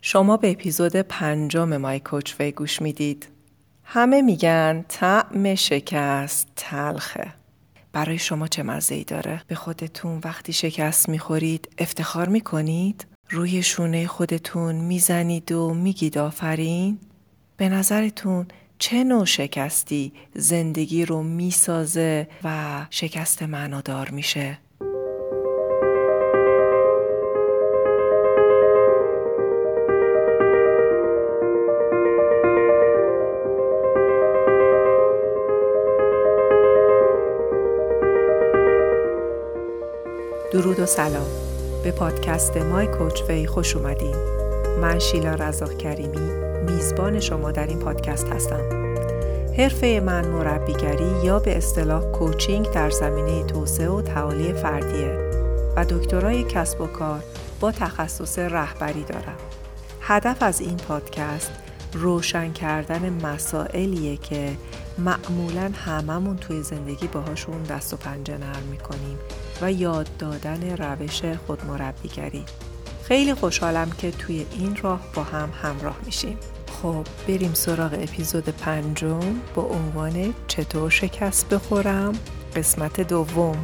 شما به اپیزود 5 مای کوچ وی گوش میدید. همه میگن طعم شکست تلخه. برای شما چه مزه‌ای داره؟ به خودتون وقتی شکست میخورید افتخار میکنید؟ روی شونه خودتون میزنید و میگید آفرین؟ به نظرتون چه نوع شکستی زندگی رو میسازه و شکست معنادار میشه؟ درود و سلام. به پادکست مای کوچ وی خوش اومدین. من شیلا رزاق کریمی میزبان شما در این پادکست هستم. حرفه من مربیگری یا به اصطلاح کوچینگ در زمینه توسعه و تعالی فردیه و دکترای کسب و کار با تخصص رهبری دارم. هدف از این پادکست روشن کردن مسائلیه که معمولاً هممون توی زندگی باهاشون دست و پنجه نرم میکنیم و یاد دادن روش خودمربیگری. خیلی خوشحالم که توی این راه با هم همراه میشیم. خب بریم سراغ اپیزود 5 با عنوان چطور شکست بخورم؟ قسمت دوم.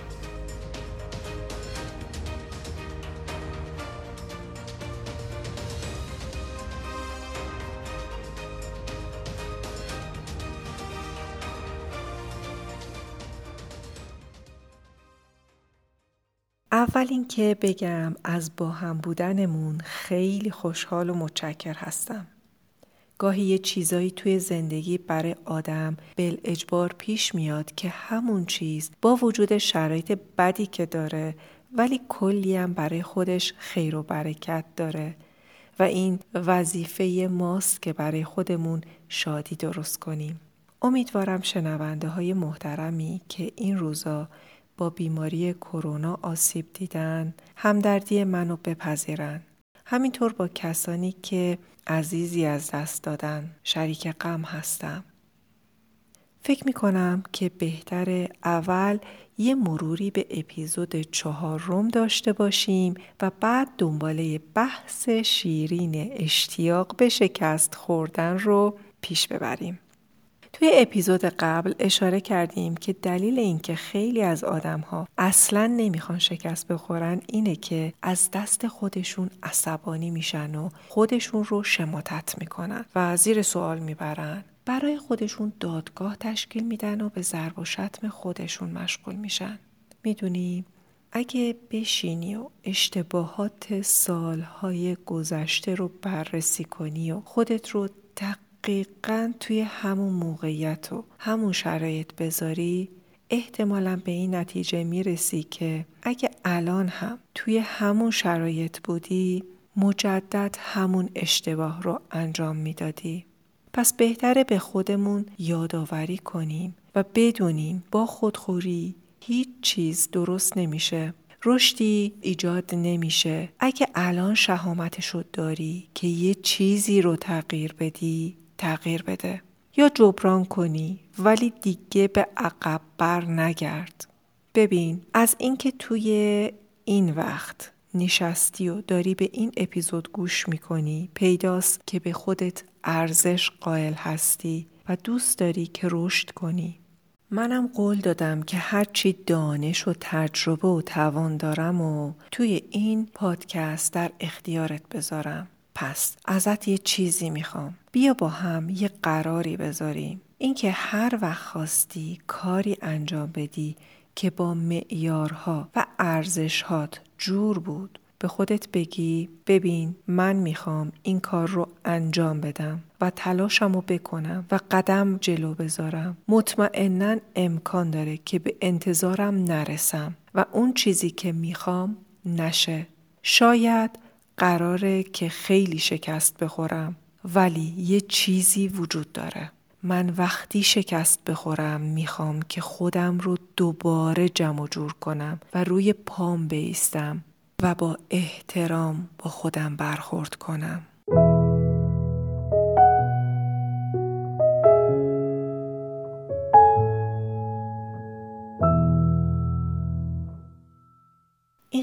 اول این که بگم از با هم بودنمون خیلی خوشحال و متشکر هستم. گاهی یه چیزایی توی زندگی برای آدم بالاجبار پیش میاد که همون چیز با وجود شرایط بدی که داره ولی کلی هم برای خودش خیر و برکت داره و این وظیفه ماست که برای خودمون شادی درست کنیم. امیدوارم شنونده های محترمی که این روزا با بیماری کرونا آسیب دیدن همدردی منو بپذیرن. همینطور با کسانی که عزیزی از دست دادن شریک غم هستم. فکر میکنم که بهتره اول یه مروری به اپیزود 4 داشته باشیم و بعد دنباله بحث شیرین اشتیاق به شکست خوردن رو پیش ببریم. توی اپیزود قبل اشاره کردیم که دلیل اینکه خیلی از آدم‌ها اصلاً نمیخوان شکست بخورن اینه که از دست خودشون عصبانی میشن و خودشون رو شماتت میکنن و زیر سوال میبرن. برای خودشون دادگاه تشکیل میدن و به ضرب و شتم خودشون مشغول میشن. میدونی اگه بشینی و اشتباهات سالهای گذشته رو بررسی کنی و خودت رو دقیقاً توی همون موقعیت و همون شرایط بذاری، احتمالاً به این نتیجه میرسی که اگه الان هم توی همون شرایط بودی مجدد همون اشتباه رو انجام میدادی. پس بهتره به خودمون یادآوری کنیم و بدونیم با خودخوری هیچ چیز درست نمیشه. رشدی ایجاد نمیشه. اگه الان شهامتشو داری که یه چیزی رو تغییر بدی، تغییر بده. یا جبران کنی ولی دیگه به عقب بر نگرد. ببین از اینکه توی این وقت نشستی و داری به این اپیزود گوش میکنی پیداست که به خودت ارزش قائل هستی و دوست داری که رشد کنی. منم قول دادم که هرچی دانش و تجربه و توان دارم و توی این پادکست در اختیارت بذارم. پس ازت یه چیزی میخوام. بیا با هم یه قراری بذاریم. اینکه هر وقت خواستی کاری انجام بدی که با معیارها و ارزشهات جور بود به خودت بگی ببین من میخوام این کار رو انجام بدم و تلاشمو بکنم و قدم جلو بذارم. مطمئناً امکان داره که به انتظارم نرسم و اون چیزی که میخوام نشه. شاید قراره که خیلی شکست بخورم ولی یه چیزی وجود داره. من وقتی شکست بخورم میخوام که خودم رو دوباره جمع جور کنم و روی پام بایستم و با احترام با خودم برخورد کنم. این خیلی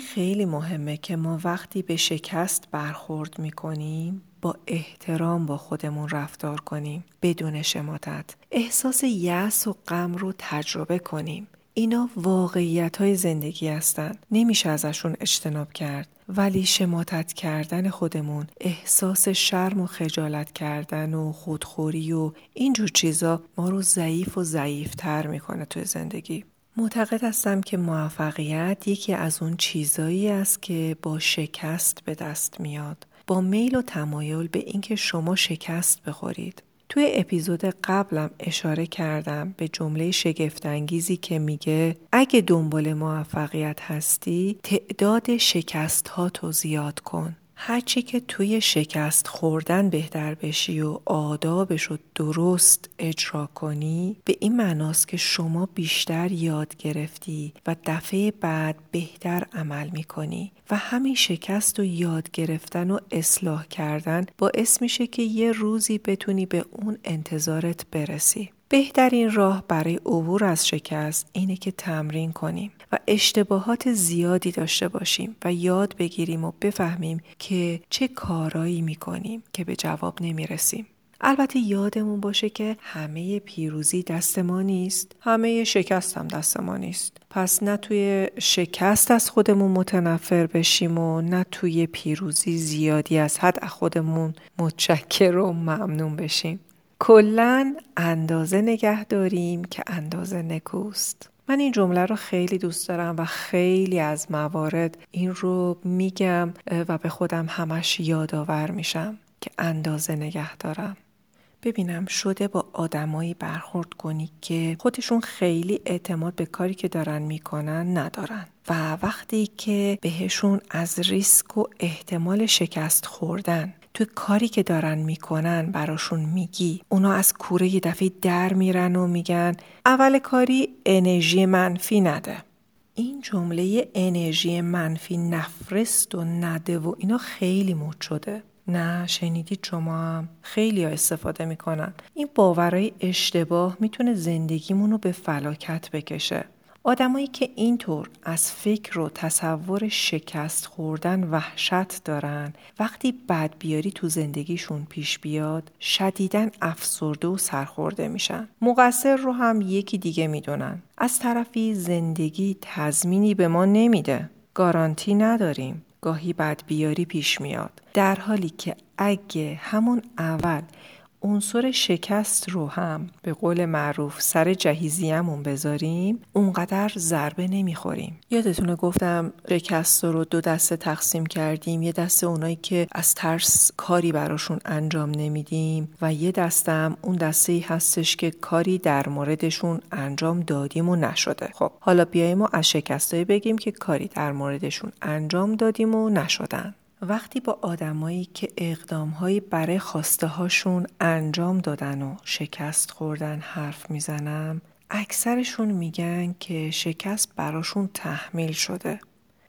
مهمه که ما وقتی به شکست برخورد میکنیم با احترام با خودمون رفتار کنیم، بدون شماتت. احساس یأس و غم رو تجربه کنیم. اینا واقعیت‌های زندگی هستن. نمیشه ازشون اجتناب کرد. ولی شماتت کردن خودمون، احساس شرم و خجالت کردن و خودخوری و اینجور چیزا ما رو ضعیف و ضعیف‌تر میکنه توی زندگی. معتقد هستم که موفقیت یکی از اون چیزایی است که با شکست به دست میاد. با میل و تمایل به اینکه شما شکست بخورید. توی اپیزود قبلم اشاره کردم به جمله شگفت‌انگیزی که میگه اگه دنبال موفقیت هستی تعداد شکست ها تو زیاد کن. هرچی که توی شکست خوردن بهتر بشی و آدابش رو درست اجرا کنی، به این معناست که شما بیشتر یاد گرفتی و دفعه بعد بهتر عمل میکنی و همین شکست و یاد گرفتن و اصلاح کردن باعث میشه که یه روزی بتونی به اون انتظارت برسی. بهترین راه برای عبور از شکست اینه که تمرین کنیم و اشتباهات زیادی داشته باشیم و یاد بگیریم و بفهمیم که چه کارایی میکنیم که به جواب نمیرسیم. البته یادمون باشه که همه پیروزی دست ما نیست، همه شکست هم دست ما نیست. پس نه توی شکست از خودمون متنفر بشیم و نه توی پیروزی زیادی از حد از خودمون متشکر و ممنون بشیم. کلاً اندازه نگه داریم که اندازه نکوست. من این جمله رو خیلی دوست دارم و خیلی از موارد این رو میگم و به خودم همش یادآور میشم که اندازه نگه دارم. ببینم شده با آدمایی برخورد کنی که خودشون خیلی اعتماد به کاری که دارن میکنن ندارن و وقتی که بهشون از ریسک و احتمال شکست خوردن توی کاری که دارن میکنن براشون میگی، اونا از کوره یه دفعه در میرن و میگن اول کاری انرژی منفی نده. این جمله انرژی منفی نفرست و نده و اینا خیلی مد شده. نه شنیدید شما هم؟ خیلی ها استفاده میکنن. این باورهای اشتباه میتونه زندگیمون رو به فلاکت بکشه. آدمایی که اینطور از فکر و تصور شکست خوردن وحشت دارن، وقتی بدبیاری تو زندگیشون پیش بیاد شدیداً افسرده و سرخورده میشن. مقصر رو هم یکی دیگه میدونن. از طرفی زندگی تضمینی به ما نمیده. گارانتی نداریم. گاهی بدبیاری پیش میاد. در حالی که اگه همون اول عنصر شکست رو هم به قول معروف سر جهیزیه‌مون بذاریم، اونقدر ضربه نمیخوریم. یادتونه گفتم شکست رو 2 دسته تقسیم کردیم. یه دسته اونایی که از ترس کاری براشون انجام نمیدیم و یه دسته هم اون دسته‌ای هستش که کاری در موردشون انجام دادیم و نشده. خب حالا بیاییم و از شکستایی بگیم که کاری در موردشون انجام دادیم و نشدن. وقتی با آدمایی که اقدامهایی برای خواسته هاشون انجام دادن و شکست خوردن حرف میزنم، اکثرشون میگن که شکست براشون تحمیل شده.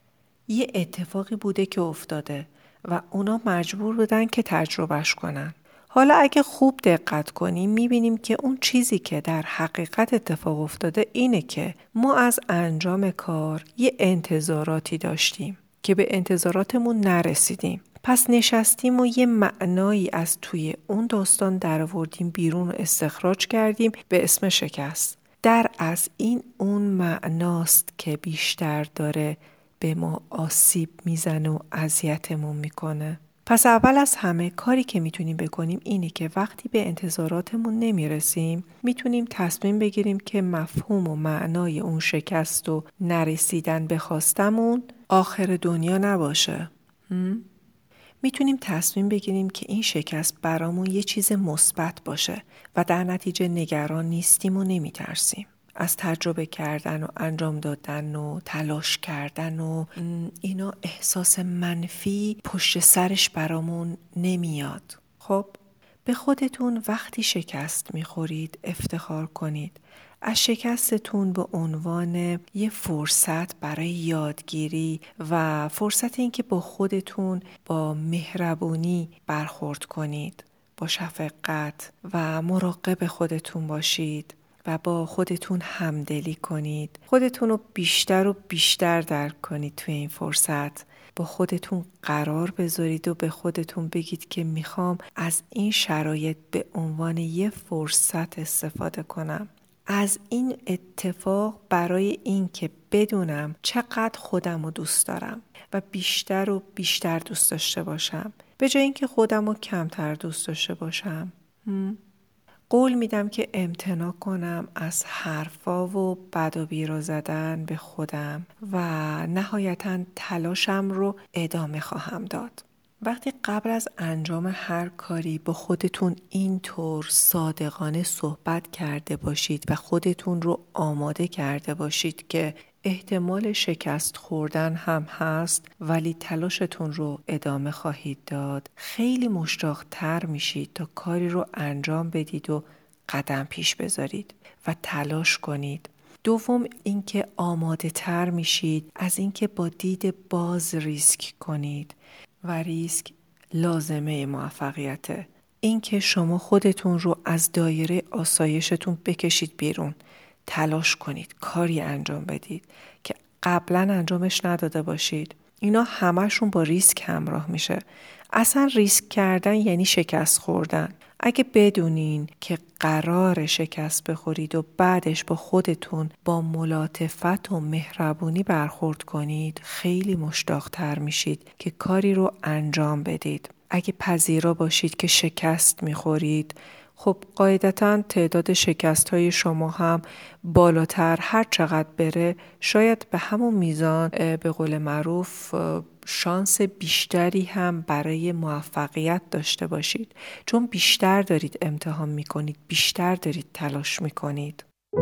یه اتفاقی بوده که افتاده و اونا مجبور بودن که تجربهش کنن. حالا اگه خوب دقت کنیم میبینیم که اون چیزی که در حقیقت اتفاق افتاده اینه که ما از انجام کار یه انتظاراتی داشتیم که به انتظاراتمون نرسیدیم. پس نشستیم و یه معنایی از توی اون داستان درآوردیم بیرون و استخراج کردیم به اسم شکست. در از این اون معناست که بیشتر داره به ما آسیب میزنه و اذیتمون میکنه. پس اول از همه کاری که میتونیم بکنیم اینه که وقتی به انتظاراتمون نمیرسیم میتونیم تصمیم بگیریم که مفهوم و معنای اون شکست و نرسیدن به خواستمون آخر دنیا نباشه. میتونیم تصمیم بگیریم که این شکست برامون یه چیز مثبت باشه و در نتیجه نگران نیستیم و نمیترسیم. از تجربه کردن و انجام دادن و تلاش کردن و اینا احساس منفی پشت سرش برامون نمیاد. خب به خودتون وقتی شکست میخورید افتخار کنید. از شکستتون به عنوان یه فرصت برای یادگیری و فرصت این که با خودتون با مهربونی برخورد کنید. با شفقت و مراقب خودتون باشید. و با خودتون همدلی کنید. خودتون رو بیشتر و بیشتر درک کنید توی این فرصت. با خودتون قرار بذارید و به خودتون بگید که میخوام از این شرایط به عنوان یه فرصت استفاده کنم. از این اتفاق برای این که بدونم چقدر خودم رو دوست دارم و بیشتر و بیشتر دوست داشته باشم به جای اینکه خودم رو کمتر دوست داشته باشم. قول میدم که امتناع کنم از حرفا و بد و بیرا زدن به خودم و نهایتاً تلاشم رو ادامه خواهم داد. وقتی قبل از انجام هر کاری با خودتون اینطور صادقانه صحبت کرده باشید و خودتون رو آماده کرده باشید که احتمال شکست خوردن هم هست ولی تلاشتون رو ادامه خواهید داد، خیلی مشتاق تر میشید تا کاری رو انجام بدید و قدم پیش بذارید و تلاش کنید. دوم اینکه آماده تر میشید از اینکه با دید باز ریسک کنید و ریسک لازمه موفقیته. اینکه شما خودتون رو از دایره آسایشتون بکشید بیرون، تلاش کنید، کاری انجام بدید که قبلا انجامش نداده باشید. اینا همشون با ریسک همراه میشه. اصلا ریسک کردن یعنی شکست خوردن. اگه بدونین که قرار شکست بخورید و بعدش با خودتون با ملاطفت و مهربونی برخورد کنید، خیلی مشتاق تر میشید که کاری رو انجام بدید. اگه پذیرا باشید که شکست میخورید، خب قاعدتاً تعداد شکست های شما هم بالاتر هر چقدر بره شاید به همون میزان به قول معروف شانس بیشتری هم برای موفقیت داشته باشید، چون بیشتر دارید امتحان میکنید، بیشتر دارید تلاش میکنید.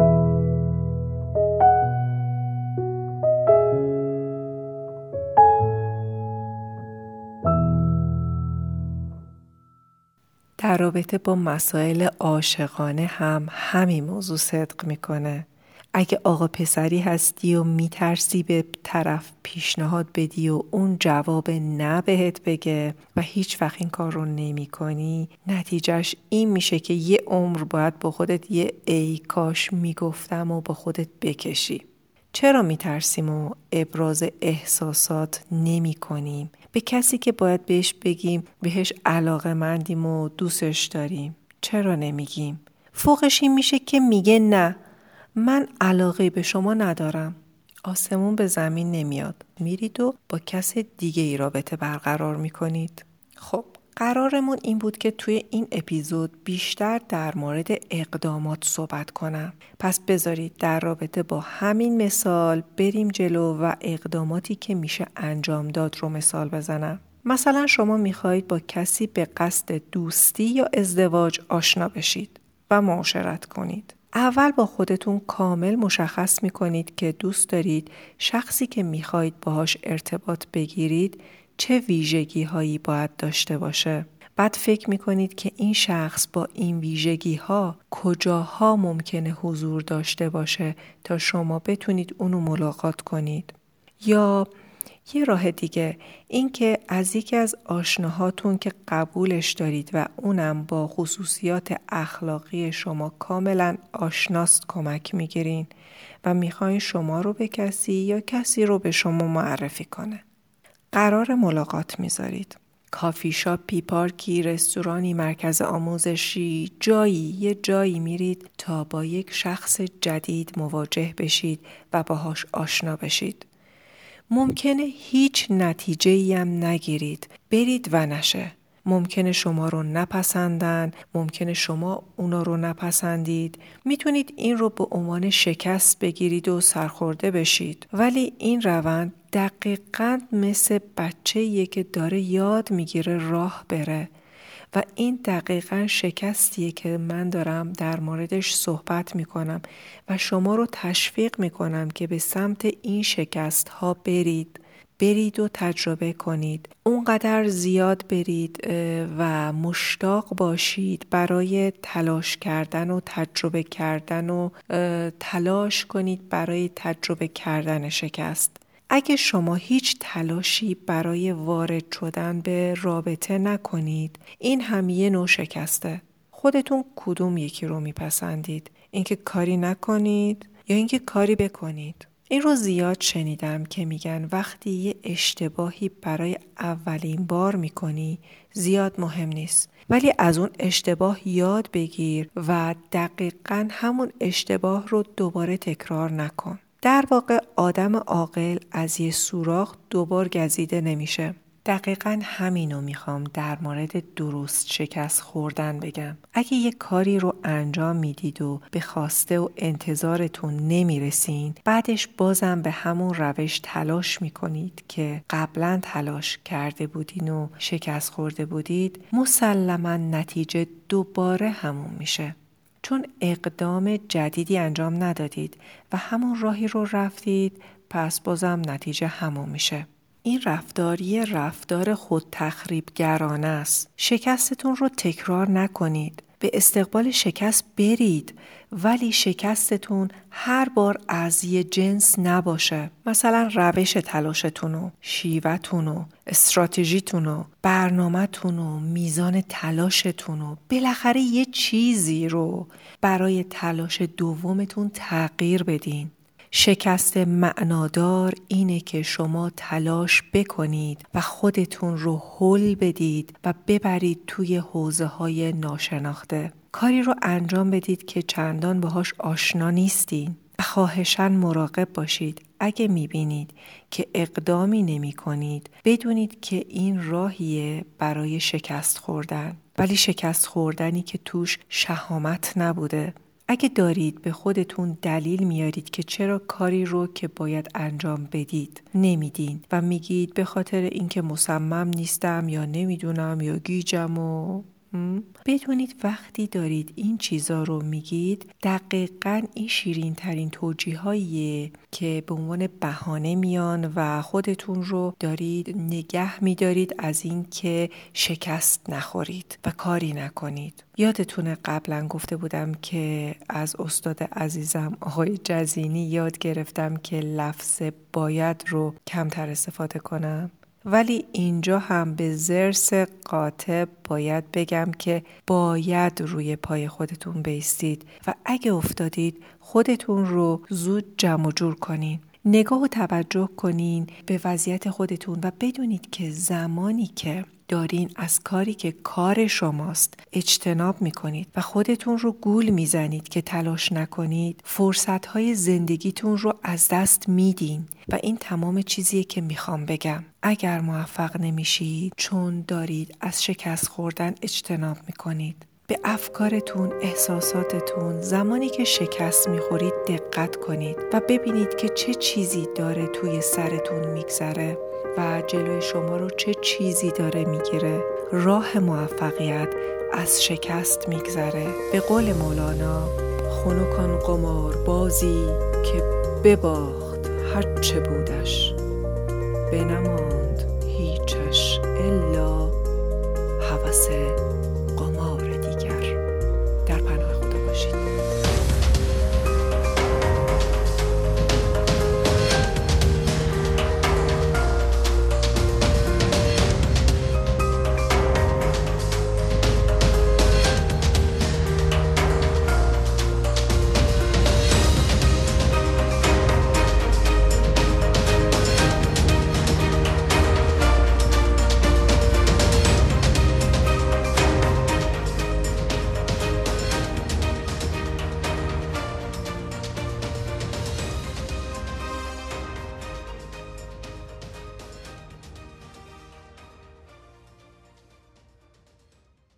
در رابطه با مسائل عاشقانه هم همین موضوع صدق میکنه. اگه آقا پسری هستی و میترسی به طرف پیشنهاد بدی و اون جواب نه بهت بگه و هیچ وقت این کار رو نمی کنی، نتیجهش این میشه که یه عمر باید با خودت یه ای کاش میگفتم و با خودت بکشی. چرا میترسیم و ابراز احساسات نمی کنیم؟ به کسی که باید بهش بگیم بهش علاقه‌مندیم و دوستش داریم چرا نمیگیم؟ فوقش این میشه که میگه نه، من علاقه به شما ندارم. آسمون به زمین نمیاد. میرید و با کس دیگه ای رابطه برقرار میکنید. خب قرارمون این بود که توی این اپیزود بیشتر در مورد اقدامات صحبت کنم. پس بذارید در رابطه با همین مثال بریم جلو و اقداماتی که میشه انجام داد رو مثال بزنم. مثلا شما میخواهید با کسی به قصد دوستی یا ازدواج آشنا بشید و معاشرت کنید. اول با خودتون کامل مشخص میکنید که دوست دارید شخصی که میخواهید باهاش ارتباط بگیرید چه ویژگی هایی باید داشته باشه. بعد فکر میکنید که این شخص با این ویژگی ها کجاها ممکنه حضور داشته باشه تا شما بتونید اونو ملاقات کنید. یا یه راه دیگه این که از یکی از آشناهاتون که قبولش دارید و اونم با خصوصیات اخلاقی شما کاملا آشناست کمک میگیرین و میخواین شما رو به کسی یا کسی رو به شما معرفی کنه. قرار ملاقات میذارید. کافی شاپی، پارکی، رستورانی، مرکز آموزشی، یه جایی میرید تا با یک شخص جدید مواجه بشید و باهاش آشنا بشید. ممکنه هیچ نتیجه‌ای هم نگیرید، برید و نشه. ممکنه شما رو نپسندن، ممکنه شما اونا رو نپسندید. میتونید این رو به عنوان شکست بگیرید و سرخورده بشید. ولی این روند دقیقاً مثل بچه‌ایه که داره یاد میگیره راه بره. و این دقیقاً شکستیه که من دارم در موردش صحبت میکنم و شما رو تشویق میکنم که به سمت این شکست ها برید و تجربه کنید. اونقدر زیاد برید و مشتاق باشید برای تلاش کردن و تجربه کردن و تلاش کنید برای تجربه کردن شکست. اگه شما هیچ تلاشی برای وارد شدن به رابطه نکنید، این هم یه نوع شکسته. خودتون کدوم یکی رو میپسندید؟ اینکه کاری نکنید یا اینکه کاری بکنید. این رو زیاد شنیدم که میگن وقتی یه اشتباهی برای اولین بار میکنی زیاد مهم نیست، ولی از اون اشتباه یاد بگیر و دقیقاً همون اشتباه رو دوباره تکرار نکن. در واقع آدم عاقل از یه سوراخ دوبار گزیده نمیشه. دقیقاً همینو میخوام در مورد درست شکست خوردن بگم. اگه یه کاری رو انجام میدید و به خواسته و انتظارتون نمیرسین، بعدش بازم به همون روش تلاش میکنید که قبلاً تلاش کرده بودین و شکست خورده بودید، مسلماً نتیجه دوباره همون میشه. چون اقدام جدیدی انجام ندادید و همون راهی رو رفتید، پس بازم نتیجه همون میشه. این رفتار یه رفتار خود تخریبگرانه است. شکستتون رو تکرار نکنید. به استقبال شکست برید، ولی شکستتون هر بار از یه جنس نباشه. مثلا روش تلاشتونو، شیوه‌تونو، استراتژیتونو، برنامه‌تونو، میزان تلاشتونو، بالاخره یه چیزی رو برای تلاش دومتون تغییر بدین. شکست معنادار اینه که شما تلاش بکنید و خودتون رو هل بدید و ببرید توی حوزه‌های ناشناخته. کاری رو انجام بدید که چندان باهاش آشنا نیستین. خواهشاً مراقب باشید. اگه میبینید که اقدامی نمی کنید، بدونید که این راهیه برای شکست خوردن، ولی شکست خوردنی که توش شهامت نبوده. اگه دارید به خودتون دلیل میارید که چرا کاری رو که باید انجام بدید نمیدین و میگید به خاطر اینکه مصمم نیستم یا نمیدونم یا گیجم و بدونید وقتی دارید این چیزا رو میگید، دقیقاً این شیرین ترین توجیهاییه که به عنوان بهانه میان و خودتون رو دارید نگه میدارید از این که شکست نخورید و کاری نکنید. یادتونه قبلا گفته بودم که از استاد عزیزم آقای جزینی یاد گرفتم که لفظ باید رو کمتر استفاده کنم؟ ولی اینجا هم به ضرس قاطع باید بگم که باید روی پای خودتون بایستید و اگه افتادید خودتون رو زود جمع و جور کنین. نگاه و توجه کنین به وضعیت خودتون و بدونید که زمانی که دارین از کاری که کار شماست اجتناب میکنید و خودتون رو گول میزنید که تلاش نکنید، فرصتهای زندگیتون رو از دست میدین و این تمام چیزیه که میخوام بگم. اگر موفق نمیشید چون دارید از شکست خوردن اجتناب میکنید. به افکارتون، احساساتتون زمانی که شکست میخورید دقت کنید و ببینید که چه چیزی داره توی سرتون میگذره و جلوی شما رو چه چیزی داره میگیره. راه موفقیت از شکست میگذره. به قول مولانا، خنک قمار بازی که بباخت هرچه بودش، بنماند هیچش الا هوس